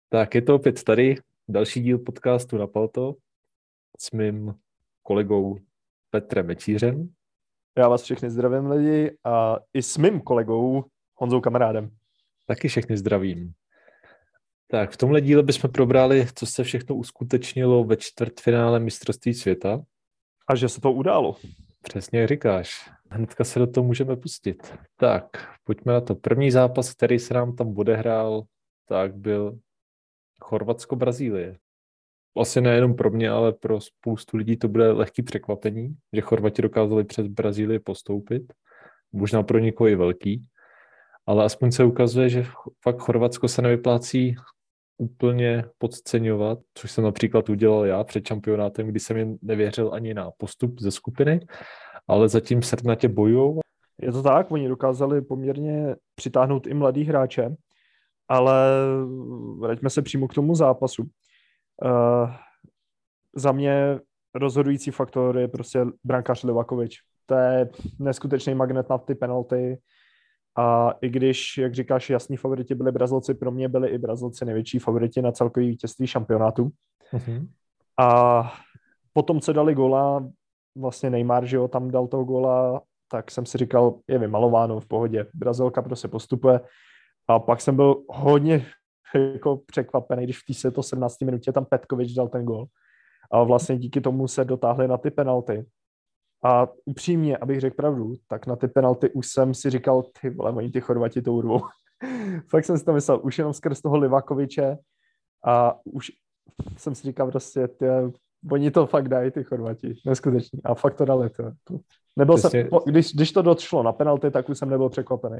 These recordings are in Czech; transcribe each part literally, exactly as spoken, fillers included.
Tak je to opět tady, další díl podcastu Na Palto s mým kolegou Petrem Mečířem. Já vás všechny zdravím lidi a i s mým kolegou Honzou Kamarádem. Taky všechny zdravím. Tak v tomhle díle bychom probrali, co se všechno uskutečnilo ve čtvrtfinále mistrovství světa. A že se to událo. Přesně jak říkáš. Hnedka se do toho můžeme pustit. Tak, pojďme na to. První zápas, který se nám tam odehrál, tak byl Chorvatsko-Brazílie. Asi nejenom pro mě, ale pro spoustu lidí to bude lehký překvapení, že Chorvati dokázali přes Brazílii postoupit. Možná pro někoho i velký, ale aspoň se ukazuje, že fakt Chorvatsko se nevyplácí úplně podceňovat, což jsem například udělal já před šampionátem, kdy jsem jen nevěřil ani na postup ze skupiny, ale zatím srdnatě bojujou. Je to tak, oni dokázali poměrně přitáhnout i mladý hráče, ale vraťme se přímo k tomu zápasu. Uh, za mě rozhodující faktor je prostě brankář Livakovič. To je neskutečný magnet na ty penalty a i když, jak říkáš, jasní favoriti byli Brazilci, pro mě byli i Brazilci největší favoriti na celkový vítězství šampionátu. Uh-huh. A potom, co dali góla, vlastně Neymar, že jo, tam dal toho góla, tak jsem si říkal, je vymalováno v pohodě. Brazilka prostě postupuje. A pak jsem byl hodně jako překvapený, když v té sto sedmnácté minutě tam Petkovič dal ten gól. A vlastně díky tomu se dotáhli na ty penalty. A upřímně, abych řekl pravdu, tak na ty penalty už jsem si říkal, ty vole, oni ty Chorvati to urvou. Fakt jsem si to myslel, už jenom skrz toho Livakoviče a už jsem si říkal prostě, ty, oni to fakt dají, ty Chorvati, neskutečný. A fakt to dali. To. Nebyl jsem, když, když to došlo na penalty, tak už jsem nebyl překvapený.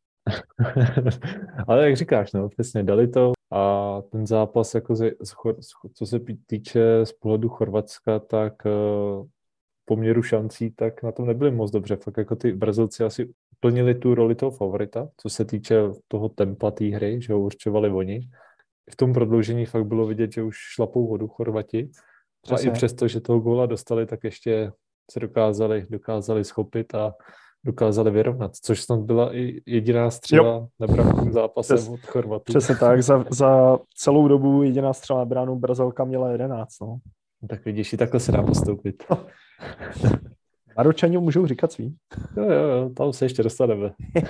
Ale jak říkáš, no, přesně dali to a ten zápas, jako ze, co se týče z pohledu Chorvatska, tak uh, poměru šancí, tak na tom nebyli moc dobře. Fakt jako ty Brazilci asi plnili tu roli toho favorita, co se týče toho tempa té hry, že ho určovali oni. V tom prodloužení fakt bylo vidět, že už šlapou vodu Chorvati. A i přesto, že toho góla dostali, tak ještě se dokázali, dokázali schopit a dokázali vyrovnat, což snad byla i jediná střela na bránu zápase Přes, od Chorvatů. Přesně tak, za, za celou dobu jediná střela na bránu Brazilka měla jedenáct. No. Tak vidíš, i takhle se dá postoupit. Maročani můžou říkat svý. Jo, jo, jo, tam se ještě dostaneme.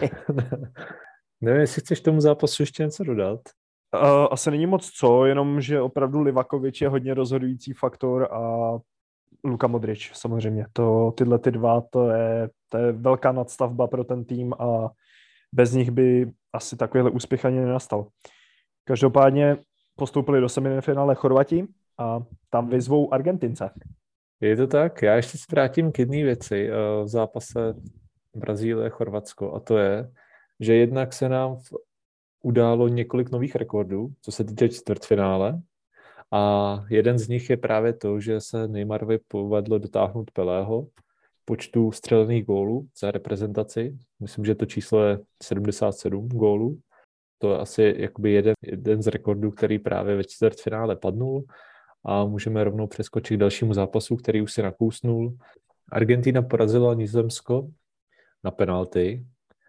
Nevím, jestli chceš tomu zápasu ještě něco dodat. Uh, asi není moc co, jenom, že opravdu Livakovič je hodně rozhodující faktor a Luka Modrič samozřejmě. To, tyhle ty dva, to je, to je velká nadstavba pro ten tým a bez nich by asi takovýhle úspěch ani nenastal. Každopádně postoupili do semifinále Chorvati a tam vyzvou Argentince. Je to tak? Já ještě se vrátím k jedné věci v zápase Brazílie-Chorvatsko a to je, že jednak se nám událo několik nových rekordů, co se týče čtvrtfinále. A jeden z nich je právě to, že se Neymarovi povedlo dotáhnout Pelého počtu střelených gólů za reprezentaci. Myslím, že to číslo je sedmdesát sedm gólů. To je asi jakoby jeden, jeden z rekordů, který právě ve čtvrtfinále padnul. A můžeme rovnou přeskočit k dalšímu zápasu, který už si nakousnul. Argentina porazila Nizozemsko na penalty.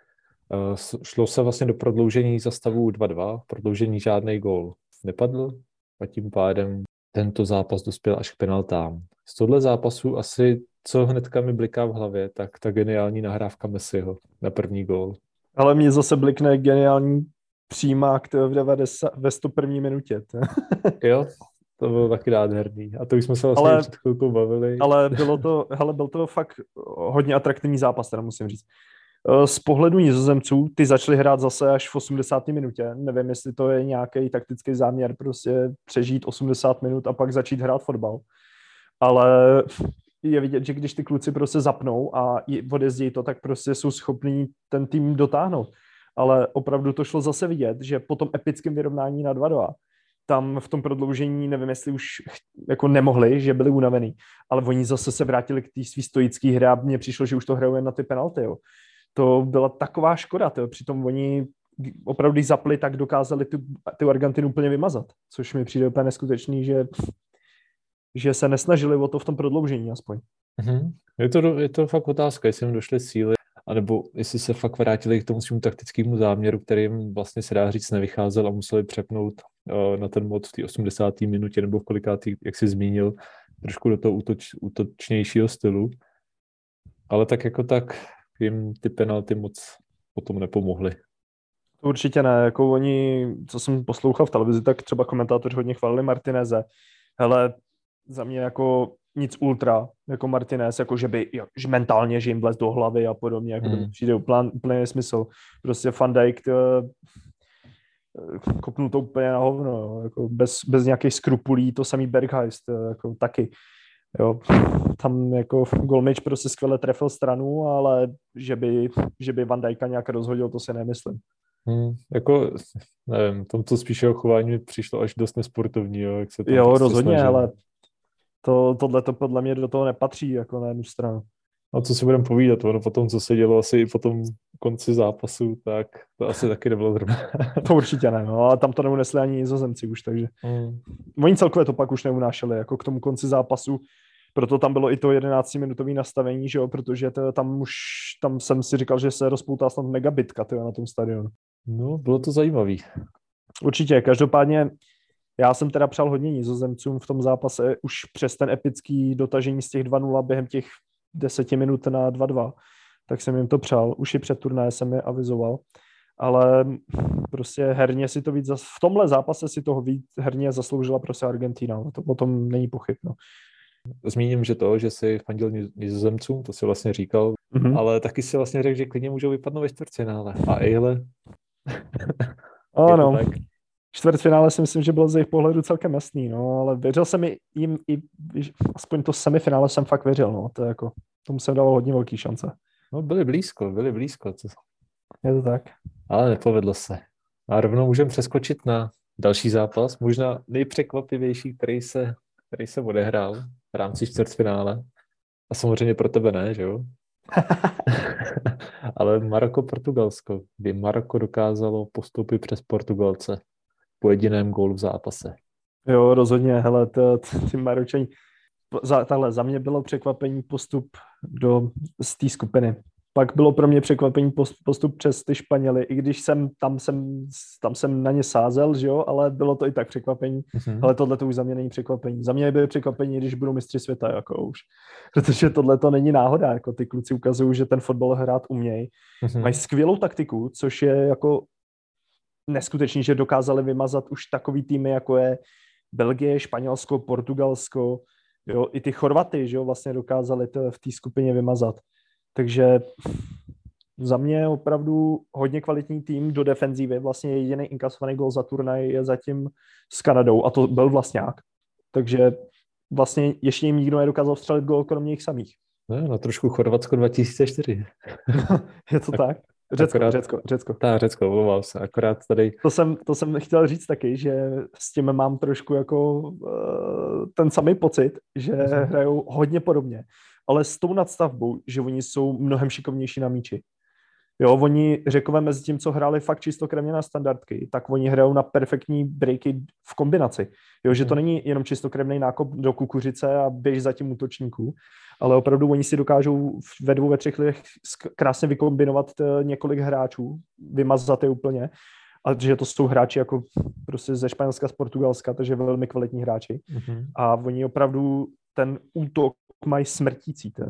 Šlo se vlastně do prodloužení za stavu dva dva. Prodloužení žádný gól nepadl. A tím pádem tento zápas dospěl až k penaltám. Z tohle zápasu asi, co hnedka mi bliká v hlavě, tak ta geniální nahrávka Messiho na první gól. Ale mně zase blikne geniální přímák v devadesát ve sto první minutě. Jo, to bylo taky nádherný. A to už jsme se vlastně ale, před chvilkou bavili. Ale bylo to, hele, byl to fakt hodně atraktivní zápas, teda musím říct. Z pohledu Nizozemců, ty začali hrát zase až v osmdesáté minutě. Nevím, jestli to je nějaký taktický záměr prostě přežít osmdesát minut a pak začít hrát fotbal. Ale je vidět, že když ty kluci prostě zapnou a odjezdí to, tak prostě jsou schopní ten tým dotáhnout. Ale opravdu to šlo zase vidět, že po tom epickém vyrovnání na dva dva tam v tom prodloužení, nevím, jestli už jako nemohli, že byli unavený, ale oni zase se vrátili k té svý stoické hře a mně přišlo, že už to hrajou jen na ty penalty, jo. To byla taková škoda, to. Přitom oni opravdu, když zapli, tak dokázali tu, tu Argentinu úplně vymazat, což mi přijde úplně neskutečný, že, že se nesnažili o to v tom prodloužení aspoň. Mm-hmm. Je to, je to fakt otázka, jestli jim došly síly, anebo jestli se fakt vrátili k tomu svým taktickému záměru, který jim vlastně se dá říct nevycházel a museli přepnout na ten mod v té osmdesáté minutě nebo v kolikátý, jak jsi zmínil, trošku do toho útoč, útočnějšího stylu. Ale tak jako tak jim ty penalty moc potom nepomohly. To určitě ne, jako oni, co jsem poslouchal v televizi, tak třeba komentátoři hodně chválili Martineze. Hele, za mě jako nic ultra, jako Martinez, jako že by, jo, že mentálně, že jim vlez do hlavy a podobně, jako hmm. to přijde úplně, úplně nesmysl. Prostě Van Dijk to, kopnul to úplně na hovno, jo, jako bez, bez nějakých skrupulí, to samý Bergheist, jako taky. Jo, tam jako Golmič prostě skvěle trefil stranu, ale že by, že by Van Dijka nějak rozhodil, to si nemyslím. Hmm, jako, nevím, tomto spíše chování mi přišlo až dost nesportovní, jo, jak se tam jo, prostě rozhodně, snažil. ale to, tohle to podle mě do toho nepatří, jako na jednu stranu. A co si budeme povídat, ono potom, co se dělo asi i po tom konci zápasu, tak to asi taky nebylo zrovna. To určitě ne, no, a tam to neunesli ani Nizozemci už, takže hmm. oni celkově to pak už neunášeli, jako k tomu konci zápasu, proto tam bylo i to jedenáctiminutové nastavení, že jo, protože to, tam už, tam jsem si říkal, že se rozpoutá snad megabitka, tyjo, na tom stadionu. No, bylo to zajímavý. Určitě, každopádně já jsem teda přál hodně Nizozemcům v tom zápase už přes ten epický dotažení z těch dva nula během těch deseti minut na dva dva, tak jsem jim to přál. Už i před turnaje jsem je avizoval, ale prostě herně si to víc, zas... v tomhle zápase si toho víc herně zasloužila prostě Argentina, to o tom není pochyb, no. Zmíním, že to, že si fandil Nizozemcům, to si vlastně říkal, mm-hmm. ale taky si vlastně řekl, že klidně můžou vypadnout ve čtvrtfinále. A ejhle. Ano. Čtvrtfinále si myslím, že bylo z jejich pohledu celkem jasný, no, ale věřil jsem jim i, aspoň to semifinále jsem fakt věřil, no, to jako, tomu jsem dával hodně velký šance. No, byli blízko, byli blízko. Co... Je to tak. Ale nepovedlo se. A rovnou můžeme přeskočit na další zápas, možná nejpřekvapivější, který se, který se odehrál v rámci čtvrtfinále. A samozřejmě pro tebe ne, že jo? Ale Maroko-Portugalsko, kdy Maroko dokázalo postoupit přes Portugalce po jediném gólu v zápase. Jo, rozhodně, hele, to, to, ty Maročani, za, tahle, za mě bylo překvapení postup do, z té skupiny. Pak bylo pro mě překvapení postup přes ty Španěly, i když jsem tam, jsem, tam jsem na ně sázel, že jo, ale bylo to i tak překvapení. Mm-hmm. Ale tohle to už za mě není překvapení. Za mě by překvapení, když budou mistři světa, jako už. Protože tohle to není náhoda, jako ty kluci ukazují, že ten fotbal hrát umějí. Mm-hmm. Mají skvělou taktiku, což je jako neskutečný, že dokázali vymazat už takový týmy, jako je Belgie, Španělsko, Portugalsko, jo, i ty Chorvaty, že jo, vlastně dokázali to v té skupině vymazat. Takže za mě opravdu hodně kvalitní tým do defenzívy. Vlastně jediný inkasovaný gól za turnaj je zatím s Kanadou a to byl Vlastňák. Takže vlastně ještě jim nikdo nedokázal vstřelit gól kromě jich samých. No, no trošku Chorvatsko dva tisíce čtyři. Je to tak? Řecko, akorát, Řecko, Řecko. Tak, Řecko, omlouvám se, akorát tady... To jsem, to jsem chtěl říct taky, že s tím mám trošku jako uh, ten samý pocit, že uh-huh. hrajou hodně podobně, ale s tou nadstavbou, že oni jsou mnohem šikovnější na míči. Jo, oni Řekové mezi tím, co hráli fakt čistokrevně na standardky, tak oni hrajou na perfektní breaky v kombinaci. Jo, že to není jenom čistokrevný nákop do kukuřice a běž za tím útočníků, ale opravdu oni si dokážou ve dvou, ve třech lidech krásně vykombinovat několik hráčů, vymazat je úplně. A že to jsou hráči jako prostě ze Španělska, z Portugalska, takže velmi kvalitní hráči. Mm-hmm. A oni opravdu ten útok mají smrtící. To.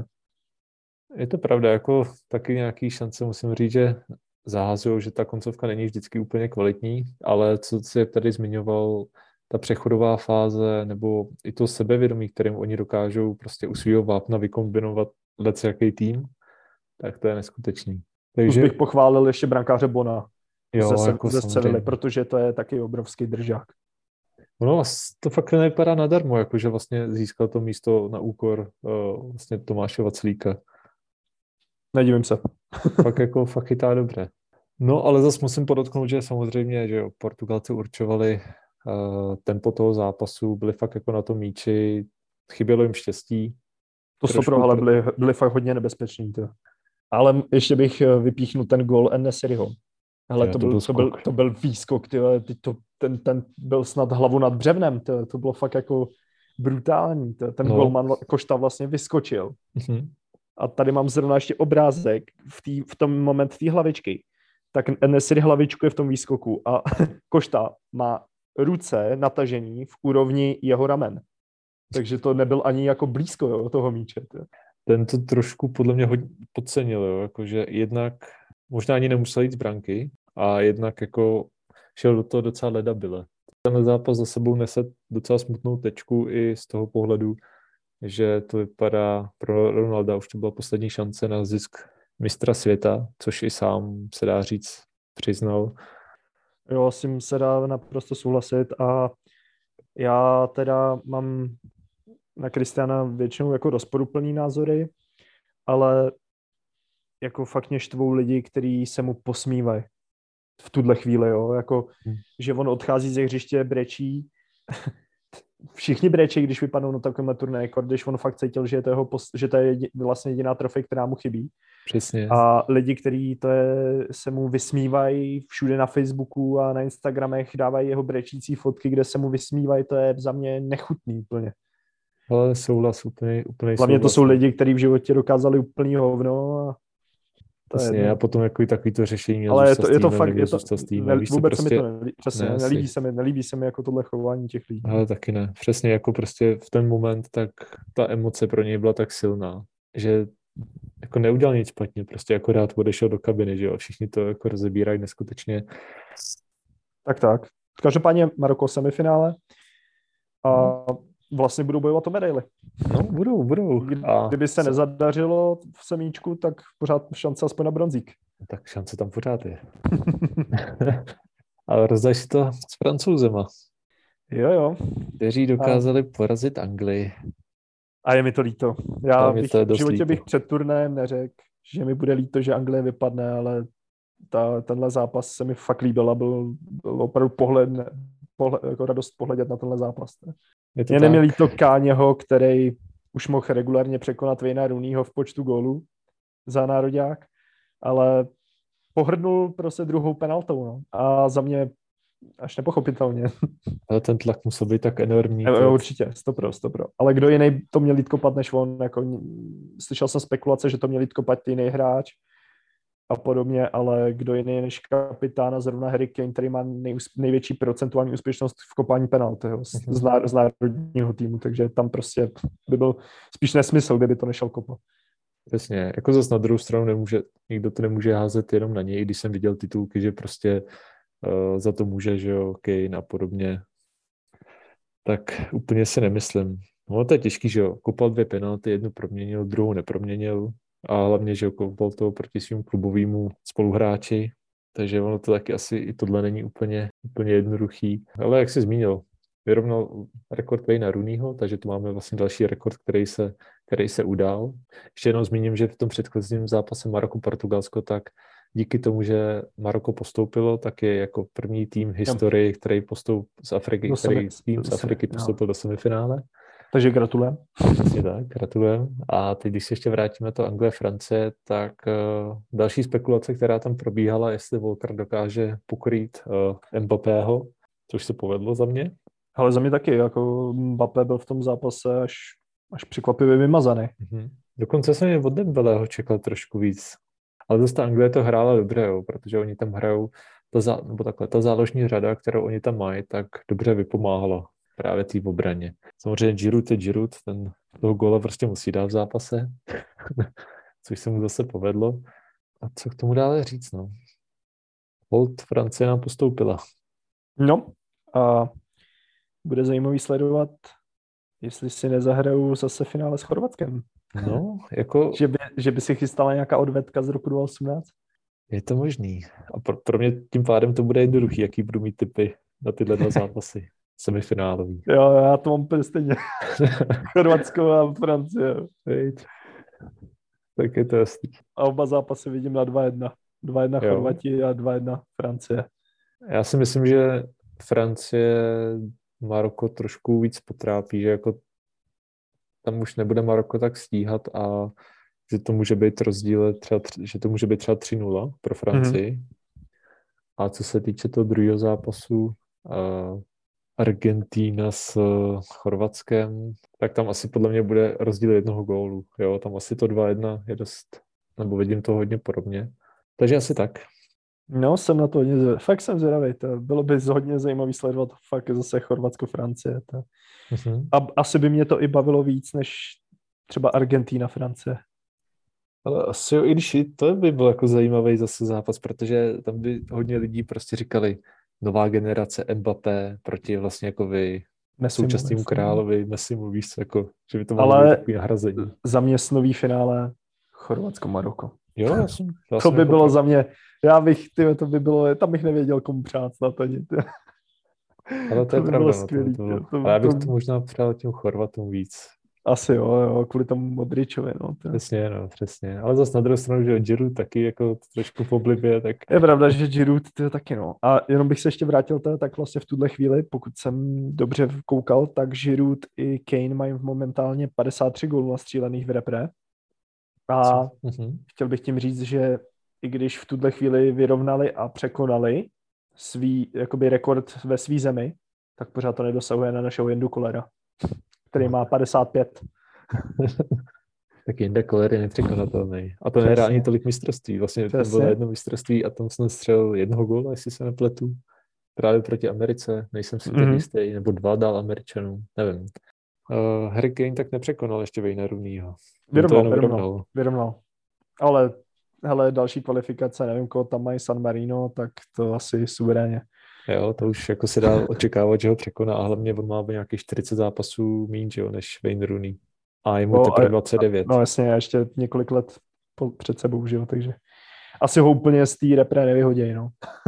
Je to pravda, jako taky nějaký šance musím říct, že zahazují, že ta koncovka není vždycky úplně kvalitní, ale co jsi tady zmiňoval, ta přechodová fáze nebo i to sebevědomí, kterým oni dokážou prostě u svého vápna vykombinovat lecjaký tým, tak to je neskutečný. Takže bych pochválil ještě brankáře Bona jo, ze, jako ze Sevily, protože to je taky obrovský držák. No, to fakt nevypadá nadarmo, jakože vlastně získal to místo na úkor uh, vlastně Tomáše Vaclíka. Nedivím se. Fakt jako fakt chytá dobře. No, ale zase musím podotknout, že samozřejmě, že jo, Portugalci určovali uh, tempo toho zápasu, byli fakt jako na tom míči, chybělo jim štěstí. To jsou ale byli, byli fakt hodně nebezpeční. To. Ale ještě bych vypíchnul ten gól En-Nesyriho. Hele, to, to, byl, to, byl, to byl výskok, tyhle, to, ten, ten byl snad hlavu nad břevnem, to, to bylo fakt jako brutální. To, ten no. golman Košta vlastně vyskočil. Mm-hmm. A tady mám zrovna ještě obrázek v, tý, v tom moment té hlavičky. Tak En-Nesyri hlavičku je v tom výskoku a Košta má ruce natažení v úrovni jeho ramen. Takže to nebyl ani jako blízko, jo, toho míče. To. Ten to trošku podle mě hodně podcenil, jo, jakože jednak možná ani nemusel jít z branky a jednak jako šel do toho docela ledabyle. Ten zápas za sebou nese docela smutnou tečku i z toho pohledu, že to vypadá pro Ronalda, už to byla poslední šance na zisk mistra světa, což i sám se dá říct přiznal. Jo, s tím se dá naprosto souhlasit a já teda mám na Kristiana většinou jako rozporuplný názory, ale jako fakt mě štvou lidi, kteří se mu posmívají v tuhle chvíli, jo, jako, hmm. že on odchází ze hřiště, brečí, všichni brečí, když vypadnou na takovémhle turnaji, když on fakt cítil, že, je to jeho pos- že to je vlastně jediná trofej, která mu chybí. Přesně. A lidi, kteří to je, se mu vysmívají všude na Facebooku a na Instagramech, dávají jeho brečící fotky, kde se mu vysmívají, to je za mě nechutný úplně. Ale souhlas, úplně, úplně Hlavně souhlas. to jsou lidi, kteří v životě dokázali úplný hovno a to Přesně, je a potom jako takový to řešení. Ale je to, je to fakt, je to, tým, ne, víš, vůbec prostě, se mi to nelíbí, přesně, ne, nelíbí se mi, nelíbí se mi jako tohle chování těch lidí. Ale taky ne, přesně, jako prostě v ten moment tak ta emoce pro něj byla tak silná, že jako neudělal nic špatně, prostě akorát odešel do kabiny, že jo, všichni to jako rozebírají neskutečně. Tak, tak. Každopádně Maroko semifinále a vlastně budou bojovat o medaily. No, budou, budou. A kdyby se co? nezadařilo v semíčku, tak pořád šance aspoň na bronzík. Tak šance tam pořád je. Ale rozdaj si to s Francouzema. Jo, jo. Kteří dokázali a... porazit Anglii. A je mi to líto. Já bych, to v životě líto. bych před turnajem neřekl, že mi bude líto, že Anglie vypadne, ale ta, tenhle zápas se mi fakt líbil a byl, byl opravdu pohled, pohled, jako radost pohledět na tenhle zápas. Je Mě neměl líto Káněho, který už mohl regulárně překonat Wayna Rooneyho v počtu gólů za nároďák, ale pohrdnul prostě druhou penaltou. No. A za mě až nepochopitelně. Ale ten tlak musel být tak enormní. E, určitě, stopro, stopro. Ale kdo jiný to měl jít kopat než on? Jako, slyšel jsem spekulace, že to měl jít kopat jiný hráč a podobně, ale kdo jiný než kapitán a zrovna Harry Kane, který má nejúsp- největší procentuální úspěšnost v kopání penalt jo, z, z, ná- z národního týmu, takže tam prostě by byl spíš nesmysl, kdyby to nešel kopat. Přesně, jako zase na druhou stranu nemůže, nikdo to nemůže házet jenom na něj, když jsem viděl titulky, že prostě uh, za to může, že jo, Kane a podobně, tak úplně si nemyslím. No to je těžký, že jo, kopal dvě penalty, jednu proměnil, druhou neproměnil a hlavně, že jo, kopal to proti svým klubovému spoluhráči, takže ono to taky asi i tohle není úplně, úplně jednoduchý. Ale jak jsi zmínil, vyrovnal rekord Wayna Rooneyho, takže tu máme vlastně další rekord, který se, který se udál. Ještě jednou zmíním, že v tom předchozím zápase Maroko-Portugalsko, tak díky tomu, že Maroko postoupilo, tak je jako první tým v historii, který postoup z Afriky, do který semi, tým z Afriky postoupil no. do semifinále. Takže gratulujem. Přesně tak, gratulujem. A teď, když se ještě vrátíme to Anglie-Francie, tak uh, další spekulace, která tam probíhala, jestli Walker dokáže pokrýt uh, Mbappého, což se povedlo za mě. Ale za mě taky, jako Mbappé byl v tom zápase až, až překvapivě vymazaný. Mm-hmm. Dokonce jsem je od Dembeleho čekal trošku víc. Ale zase ta Anglie to hrála dobře, jo, protože oni tam hrajou, ta, zá, nebo takhle, ta záložní řada, kterou oni tam mají, tak dobře vypomáhala právě té obraně. Samozřejmě Giroud je Giroud, ten toho góla prostě musí dát v zápase, což se mu zase povedlo. A co k tomu dále říct, no? Hold, Francie nám postoupila. No, a bude zajímavý sledovat, jestli si nezahrajou zase finále s Chorvatskem. No, jako... že, by, že by si chystala nějaká odvetka z roku dva tisíce osmnáct? Je to možný. A pro, pro mě tím pádem to bude jednoduchý, jaký budu mít tipy na tyhle dva zápasy. Semifinálový. Jo, já to mám úplně stejně. Chorvatsko a Francie. Víč. Tak je to jasný. A oba zápasy vidím na dva jedna. dva jedna Chorvati a dva jedna Francie. Já si myslím, že Francie Maroko trošku víc potrápí, že jako tam už nebude Maroko tak stíhat a že to může být rozdíl třeba, že to může být třeba tři nula pro Francii. Mm-hmm. A co se týče toho druhého zápasu uh, Argentína s uh, Chorvatskem, tak tam asi podle mě bude rozdíl jednoho gólu. Jo, tam asi to dva jedna je dost, nebo vidím to hodně podobně. Takže asi tak. No, jsem na to hodně zvědavý. Fakt jsem zvědavý. To bylo by hodně zajímavý sledovat fakt zase Chorvatsko-Francie. To. Mhm. A asi by mě to i bavilo víc, než třeba Argentína, Francie. Ale asi jo, i když i to by byl jako zajímavý zase zápas, protože tam by hodně lidí prostě říkali nová generace Mbappé proti vlastně jako vy Messimu, současnému Messimu. královi, Messimu, víš co, jako, že by to mohlo být Ale takový nahrazení. za mě snový finále Chorvatsko-Maroko. Jo, já jsem, já To jsem by jako bylo pro... za mě, já bych, tyjo, to by bylo, tam bych nevěděl, komu přát snad ani. Ale to To je by bylo pravda, no, to, skvělý. to bylo... To, Ale já bych to, to možná přál těm Chorvatům víc. asi jo, jo, kvůli tomu Modričovi, no. To. Přesně, no, přesně. Ale zase na druhou stranu, že Giroud taky jako trošku v oblibě, tak... Je pravda, že Giroud to je taky, no. A jenom bych se ještě vrátil teda, tak vlastně v tuhle chvíli, pokud jsem dobře koukal, tak Giroud i Kane mají momentálně padesát tři gólů nastřílených v repre. A Mhm. chtěl bych tím říct, že i když v tuhle chvíli vyrovnali a překonali svý jakoby rekord ve své zemi, tak pořád to nedosahuje na našeho Jendu Kolera, který má padesát pět. Tak Jinde Koller je nepřekonatelný. A to Přesně. nehrál ani tolik mistrovství. Vlastně ten byl Přesně. na jedno mistrovství a tam jsem střelil jednoho góla, jestli se nepletu. Právě proti Americe, nejsem si teď Mhm. jistý, nebo dva dál Američanům, nevím. Uh, Harry Kane tak nepřekonal ještě Wayne Rooneyho. On to Vyrovnal, jenom vyrovnal, vyrovnal. vyrovnal. Ale hele, další kvalifikace, nevím, koho tam mají, San Marino, tak to asi suverénně. Jo, to už jako se dá očekávat, že ho překoná a hlavně on má nějakých čtyřicet zápasů míň, že jo, než Wayne Rooney. A je mu No, teprve a- dvacet devět. No jasně, ještě několik let po, před sebou, že jo, takže asi ho úplně z té repre nevyhodějí, no.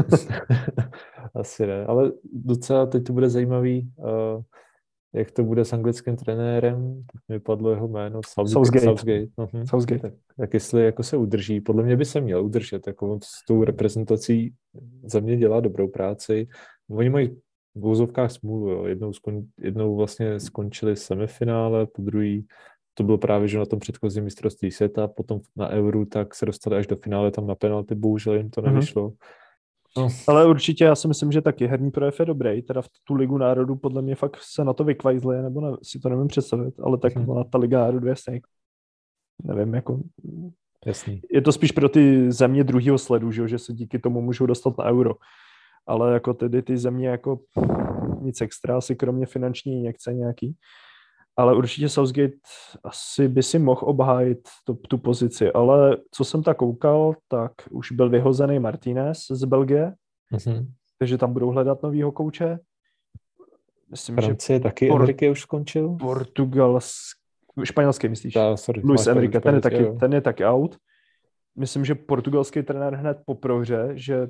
Asi ne, ale docela teď to bude zajímavý, uh, jak to bude s anglickým trenérem, tak mi padlo jeho jméno, Southgate. Southgate. Southgate. Uh-huh. Southgate. Tak, tak jestli jako se udrží, podle mě by se měl udržet, jako on s tou reprezentací za mě dělá dobrou práci. Oni mají v úzovkách smůlu, jo. Jednou, skon, jednou vlastně skončili semifinále, po druhý to bylo právě, že na tom předchozím mistrovství světa, potom na Euru, tak se dostali až do finále, tam na penalty, bohužel jim to nevyšlo. No. Ale určitě já si myslím, že taky herní projev je dobrý, teda v tu ligu národů podle mě fakt se na to vykvajzli, nebo ne, si to nevím představit, ale tak Mhm. ona ta liga národů je stejný. Nevím, jako Jasný. je to spíš pro ty země druhého sledu, že, jo, že se díky tomu můžou dostat na euro. Ale jako tedy ty země jako nic extra, asi kromě finanční injekce nějaký. Ale určitě Southgate asi by si mohl obhájit to, tu pozici. Ale co jsem tak koukal, tak už byl vyhozený Martinez z Belgie, Mhm. takže tam budou hledat novýho kouče. Myslím, Francie taky, Por- Enrique už skončil? že Portugalský, španělský myslíš? Ta, sorry, Luis máš pravdu, Enrique, ten je, španělský, taky, jo. ten je taky out. Myslím, že portugalský trenér hned po prohře, že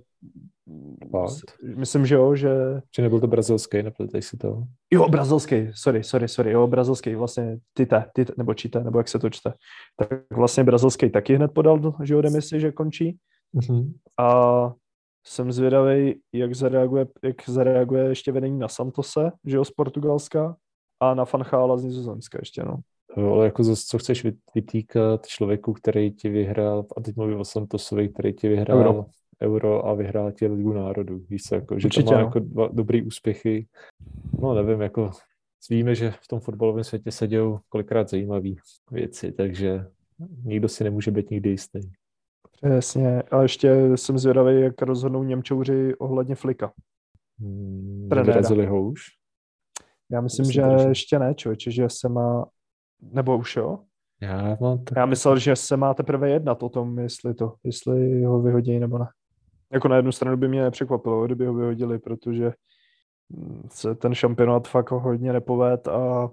Fakt? myslím, že jo, že Či nebyl to brazilský, nepletej si to. jo, brazilský, sorry, sorry, sorry, jo, brazilský, vlastně Tite, Tite, nebo Čite, nebo jak se to čte. Tak vlastně brazilský taky hned podal, že jo, demisi, že končí. Mhm. A jsem zvědavý, jak zareaguje, jak zareaguje ještě vedení na Santose, že jo, z Portugalska, a na Van Gaala z Nizozemska ještě, no. Jo, ale jako zase, co chceš vy- vytýkat člověku, který ti vyhrál, a teď mluvím o Santosovi, který ti vyhrál Euro. Euro, Euro a vyhrál ti Ligu národů. Víš co, jako, že Určitě, tam má no. jako dva dobrý úspěchy. No nevím, jako víme, že v tom fotbalovém světě se dějou kolikrát zajímavé věci, takže nikdo si nemůže být nikdy jistý. Přesně. A ještě jsem zvědavý, jak rozhodnou Němčouři ohledně Flika. Hmm, že Trenéra. vyrazili ho už? Já myslím, Myslím, že že- ještě ne, člověče, že se má, nebo už jo? Já mám tak... Já myslel, že se má teprve jednat o tom, jestli to, jestli ho vyhodí nebo ne. Jako na jednu stranu by mě nepřekvapilo, kdyby ho vyhodili, protože se ten šampionát fakt hodně nepoved a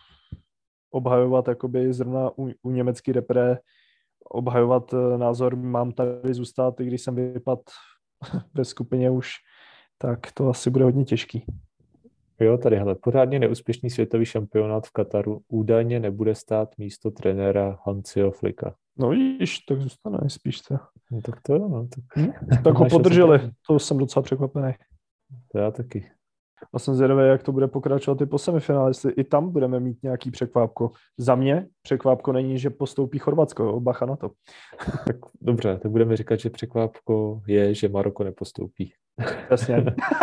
obhajovat jakoby zrovna u, u německý repre, obhajovat názor, mám tady zůstat, i když jsem vypad ve skupině už, tak to asi bude hodně těžký. Jo, tady hele, pořádně neúspěšný světový šampionát v Kataru údajně nebude stát místo trenéra Hansio Flicka. No víš, tak zůstane spíš to. No tak to jo, no. Tak, Hm? Tak ho Máš asi podrželi, pravdu. to jsem docela překvapený. to já taky. A jsem zvědavý, jak to bude pokračovat i po semifinále, jestli i tam budeme mít nějaký překvápko. Za mě překvápko není, že postoupí Chorvatsko, jo? Bacha na to. Tak dobře, tak budeme říkat, že překvápko je, že Maroko nepostoupí. Jasně.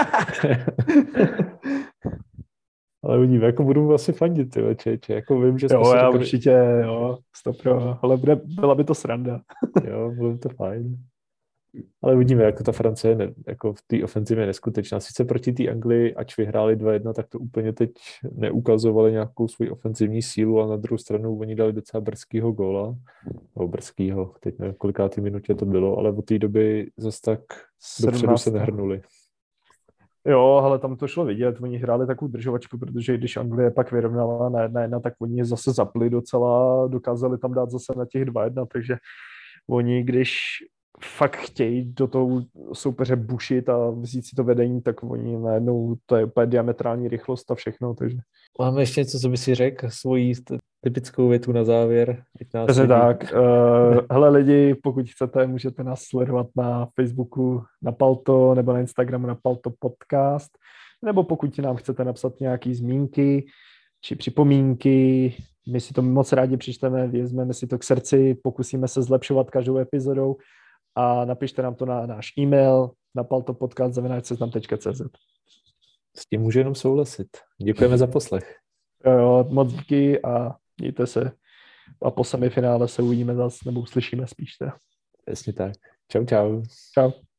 Ale uvidíme, jako budu asi fandit, ty čeče, jako vím, že jsme Jo, si já říkali, určitě, jo, stopro, ale bude, byla by to sranda. jo, bylo to fajn. Ale uvidíme, jako ta Francie ne, jako v té ofenzivě je neskutečná. Sice proti té Anglii, ač vyhráli dva jedna, tak to úplně teď neukazovali nějakou svoji ofenzivní sílu a na druhou stranu oni dali docela brzkýho góla. No, brzkýho, teď nevím, kolikátý minutě to bylo, ale od té doby zase tak dopředu se nehrnuli. Jo, ale tam to šlo vidět, oni hráli takovou držovačku, protože když Anglie pak vyrovnala na jedna jedna, tak oni zase zapli docela, dokázali tam dát zase na těch dva jedna, takže oni, když fakt chtějí do toho soupeře bušit a vzít si to vedení, tak oni najednou, to je úplně diametrální rychlost a všechno, takže... Máme ještě něco, co by si řekl, svoji typickou větu na závěr? Přesně tak. Uh, hele lidi, pokud chcete, můžete nás sledovat na Facebooku na Palto nebo na Instagramu na Palto Podcast, nebo pokud nám chcete napsat nějaké zmínky či připomínky, my si to moc rádi přečteme, vezmeme si to k srdci, pokusíme se zlepšovat každou epizodou a napište nám to na náš e-mail na paltopodcast zavináč seznam tečka cé zet. S tím můžu jenom souhlasit. Děkujeme za poslech. Jo, jo, moc díky a mějte se. A po semifinále se uvidíme zase, nebo uslyšíme spíš teda. Přesně tak. Čau, čau. Čau.